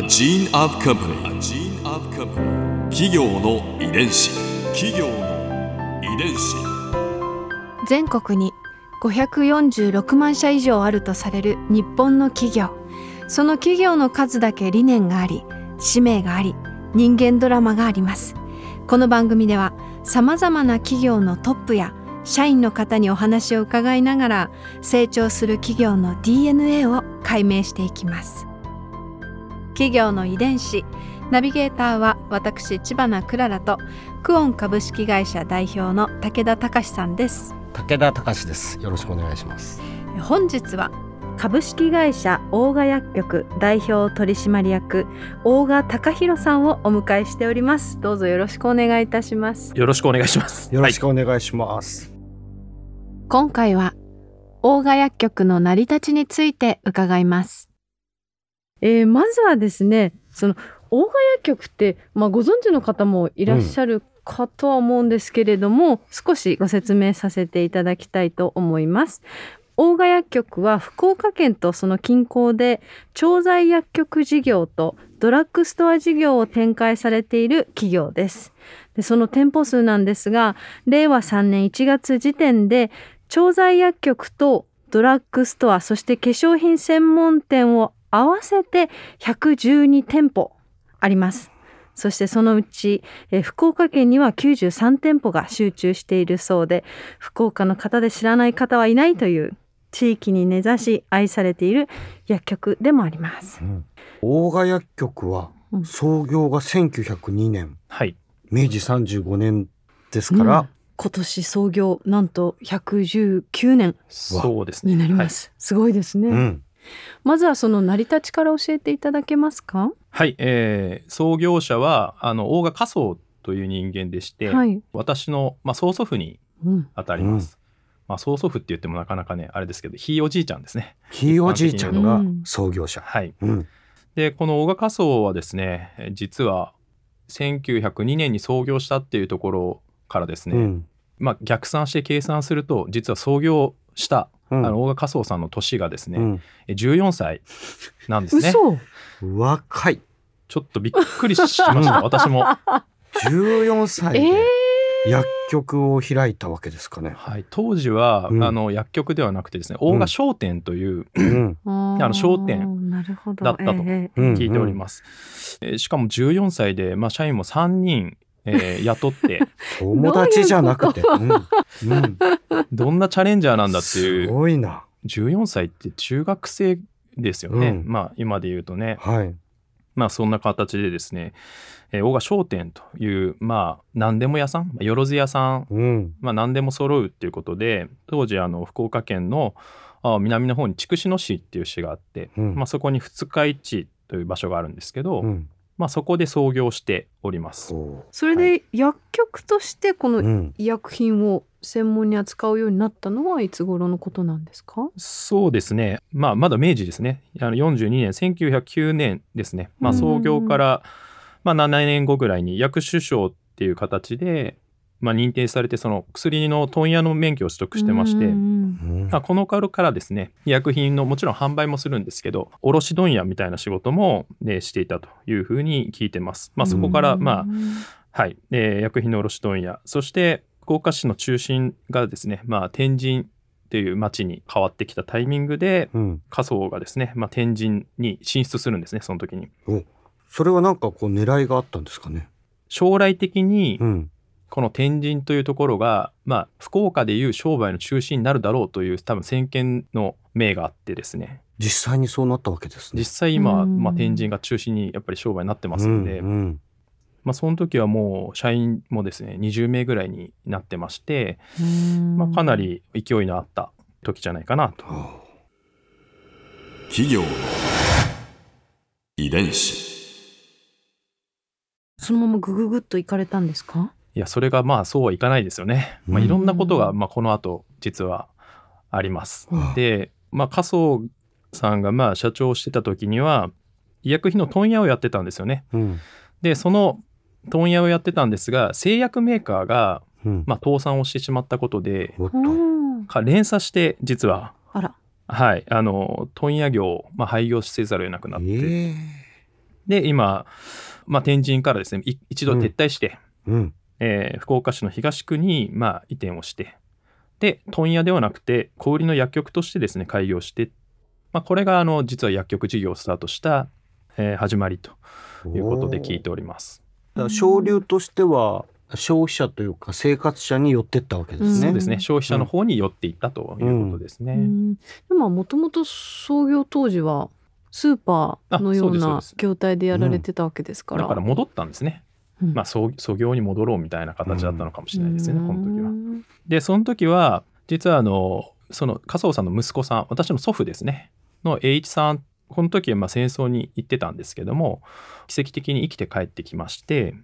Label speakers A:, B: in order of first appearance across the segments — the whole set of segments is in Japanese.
A: gene of company. A gene of company. 企業の遺伝子。
B: 全国に546万社以上あるとされる日本の企業。その企業の数だけ理念があり、使命があり、人間ドラマがあります。この番組ではさまざまな企業のトップや社員の方にお話を伺いながら、成長する企業の DNA を解明していきます。企業の遺伝子、ナビゲーターは私知花くららと、クオン株式会社代表の武田隆さんです。
C: 武田隆です。よろしくお願いします。
B: 本日は株式会社大賀薬局代表取締役大賀隆弘さんをお迎えしております。どうぞよろしくお願いいたします。
D: よろしくお願いします。
C: よろしくお願いします。
B: 今回は大賀薬局の成り立ちについて伺います。まずはですね、その大賀薬局って、ご存知の方もいらっしゃるかとは思うんですけれども、少しご説明させていただきたいと思います。大賀薬局は福岡県とその近郊で調剤薬局事業とドラッグストア事業を展開されている企業です。で、その店舗数なんですが、令和3年1月時点で調剤薬局とドラッグストア、そして化粧品専門店を合わせて112店舗あります。そしてそのうち福岡県には93店舗が集中しているそうで、福岡の方で知らない方はいないという地域に根ざし愛されている薬局でもあります。
C: 大賀薬局は創業が1902年、明治35年ですから、
B: 今年創業なんと119年
D: そうですね
B: になります。すごいですね。まずはその成り立ちから教えていただけますか？
D: はい、創業者は大賀家宗という人間でして、私の、曽祖父にあたります。曽祖父って言ってもなかなかねあれですけど、ひいおじいちゃんですね。
C: ひいおじいちゃんが創業者。
D: でこの大賀家宗はですね、実は1902年に創業したっていうところからですね、逆算して計算すると、実は創業した大賀家宗さんの年がですね、14歳なんですね。
B: 嘘。
C: 若い。
D: ちょっとびっくりしました、私も。
C: 14歳で薬局を開いたわけですかね。
D: 当時は、薬局ではなくてですね、大賀商店という、商店だったと聞いております。しかも14歳で、社員も3人雇って
C: 友達じゃなくて、
D: どんなチャレンジャーなんだっていう。
C: すごいな。
D: 14歳って中学生ですよね。今で言うとね、そんな形でですね、大賀商店という、何でも屋さん、よろず屋さん、何でも揃うっていうことで、当時福岡県の南の方に筑紫野市っていう市があって、そこに二日市という場所があるんですけど、そこで創業しております。
B: それで薬局としてこの医薬品を専門に扱うようになったのはいつ頃のことなんですか？
D: そうですね、まだ明治ですね。42年1909年ですね。創業から7年後ぐらいに薬種商っていう形で認定されて、その薬の問屋の免許を取得してまして、この頃からですね、医薬品のもちろん販売もするんですけど、卸問屋みたいな仕事も、していたというふうに聞いてます。そこから薬品の卸問屋、そして福岡市の中心がですね、天神という町に変わってきたタイミングで、家宗がですね、天神に進出するんですね、その時に。
C: それはなんか狙いがあったんですかね？
D: 将来的に、この天神というところが、福岡でいう商売の中心になるだろうという多分先見の明があってですね、
C: 実際にそうなったわけですね。
D: 実際今、天神が中心にやっぱり商売になってますので、その時はもう社員もですね20名ぐらいになってまして、かなり勢いのあった時じゃないかなと。
A: 企業の遺伝子。
B: そのままググッといかれたんですか？
D: いや、それがそうはいかないですよね。いろんなことがこの後実はあります。で、家宗さんが社長をしてた時には医薬品の問屋をやってたんですよね。で、その問屋をやってたんですが、製薬メーカーが、倒産をしてしまったことで、連鎖して実は問屋業を、廃業せざるを得なくなって、 で今、天神からですね一度撤退して、福岡市の東区に移転をして、で問屋ではなくて小売りの薬局としてですね開業して、これが実は薬局事業をスタートした、始まりということで聞いております。
C: 商流としては消費者というか生活者に寄っていったわけですね。
D: そうですね、消費者の方に寄っていったということですね。
B: でももともと創業当時はスーパーのような業態でやられてたわけですから、
D: だから戻ったんですね。創業に戻ろうみたいな形だったのかもしれないですね、この時は。でその時は実はその加藤さんの息子さん、私の祖父ですねの栄一さん、この時は戦争に行ってたんですけども、奇跡的に生きて帰ってきまして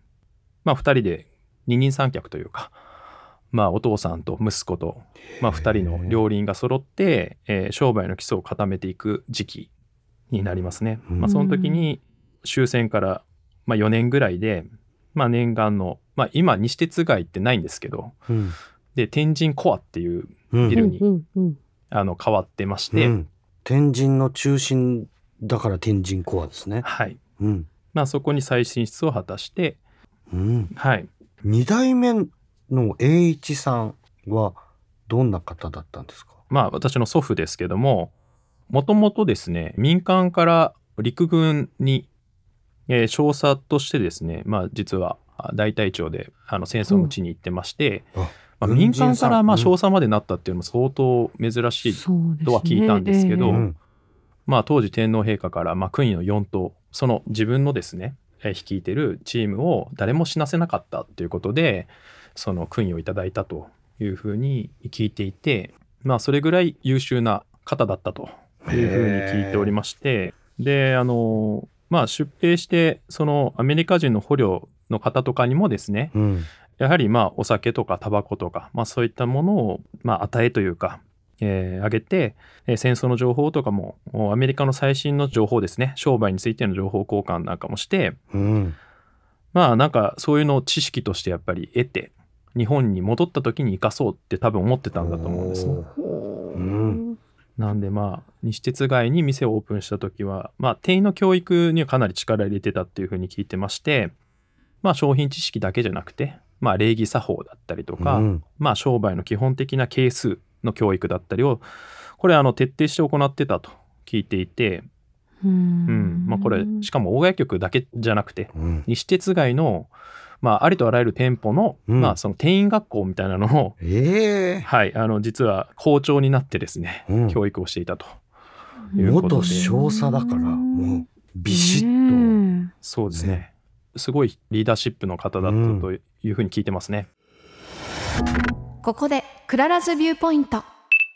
D: 、2人で二人三脚というか、お父さんと息子と、2人の両輪が揃って、商売の基礎を固めていく時期になりますね。その時に終戦から4年ぐらいで、念願の、今西鉄街ってないんですけど、で天神コアっていうビルに、変わってまして、
C: 天神の中心だから天神コアですね。
D: はい、そこに再進出を果たして、はい、
C: 2代目の栄一さんはどんな方だったんですか？
D: 私の祖父ですけども、もともとですね民間から陸軍に、少佐としてですね、実は大隊長で戦争の地に行ってまして、民間から少佐までなったっていうのも相当珍しいとは聞いたんですけど、当時天皇陛下から勲位の4等、その自分のですね率いてるチームを誰も死なせなかったということで、その勲位をいただいたというふうに聞いていて、それぐらい優秀な方だったというふうに聞いておりまして、で出兵してそのアメリカ人の捕虜の方とかにもですね、やはりお酒とかタバコとか、そういったものを与えというか、あげて、戦争の情報とかもアメリカの最新の情報ですね、商売についての情報交換なんかもして、なんかそういうのを知識としてやっぱり得て、日本に戻った時に生かそうって多分思ってたんだと思うんですね。なんで西鉄街に店をオープンした時は、店員の教育にはかなり力入れてたっていうふうに聞いてまして、商品知識だけじゃなくて、礼儀作法だったりとか、商売の基本的な係数の教育だったりを、これ徹底して行ってたと聞いていて、これしかも大谷局だけじゃなくて、西鉄街の、ありとあらゆる店舗の、その店員学校みたいなのを、実は校長になってですね、教育をしていたということで、
C: 元少佐だからもうビシッと、
D: そうですね、すごいリーダーシップの方だったというふうに聞いてますね。
B: ここでクララズビューポイント。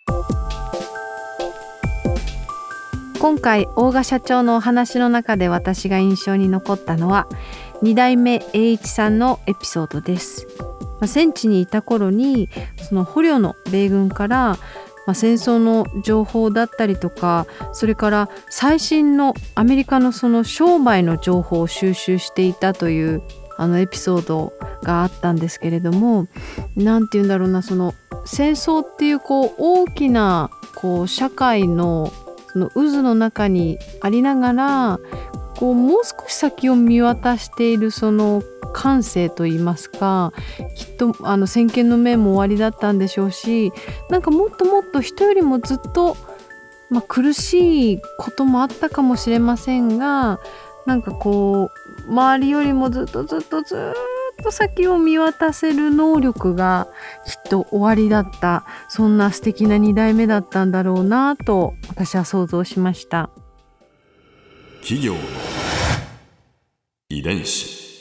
B: 今回大賀社長のお話の中で私が印象に残ったのは2代目栄一さんのエピソードです。戦地にいた頃にその捕虜の米軍から戦争の情報だったりとか、それから最新のアメリカのその商売の情報を収集していたというエピソードがあったんですけれども、なんて言うんだろうな、その戦争っていう大きな社会のその渦の中にありながら、もう少し先を見渡しているその感性といいますか、きっと先見の明も終わりだったんでしょうし、なんかもっともっと人よりもずっと、苦しいこともあったかもしれませんが、なんか周りよりもずっと先を見渡せる能力がきっと終わりだった、そんな素敵な2代目だったんだろうなと私は想像しました。
A: 企業の遺伝子。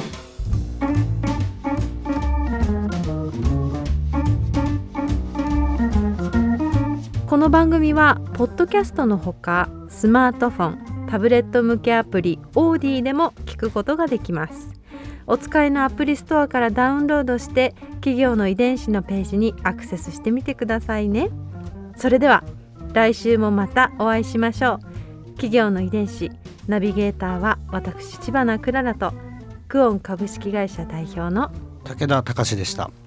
B: この番組はポッドキャストのほかスマートフォン、タブレット向けアプリオーディでも聞くことができます。お使いのアプリストアからダウンロードして企業の遺伝子のページにアクセスしてみてくださいね。それでは来週もまたお会いしましょう。企業の遺伝子ナビゲーターは私知花くららとクオン株式会社代表の
C: 武田隆でした。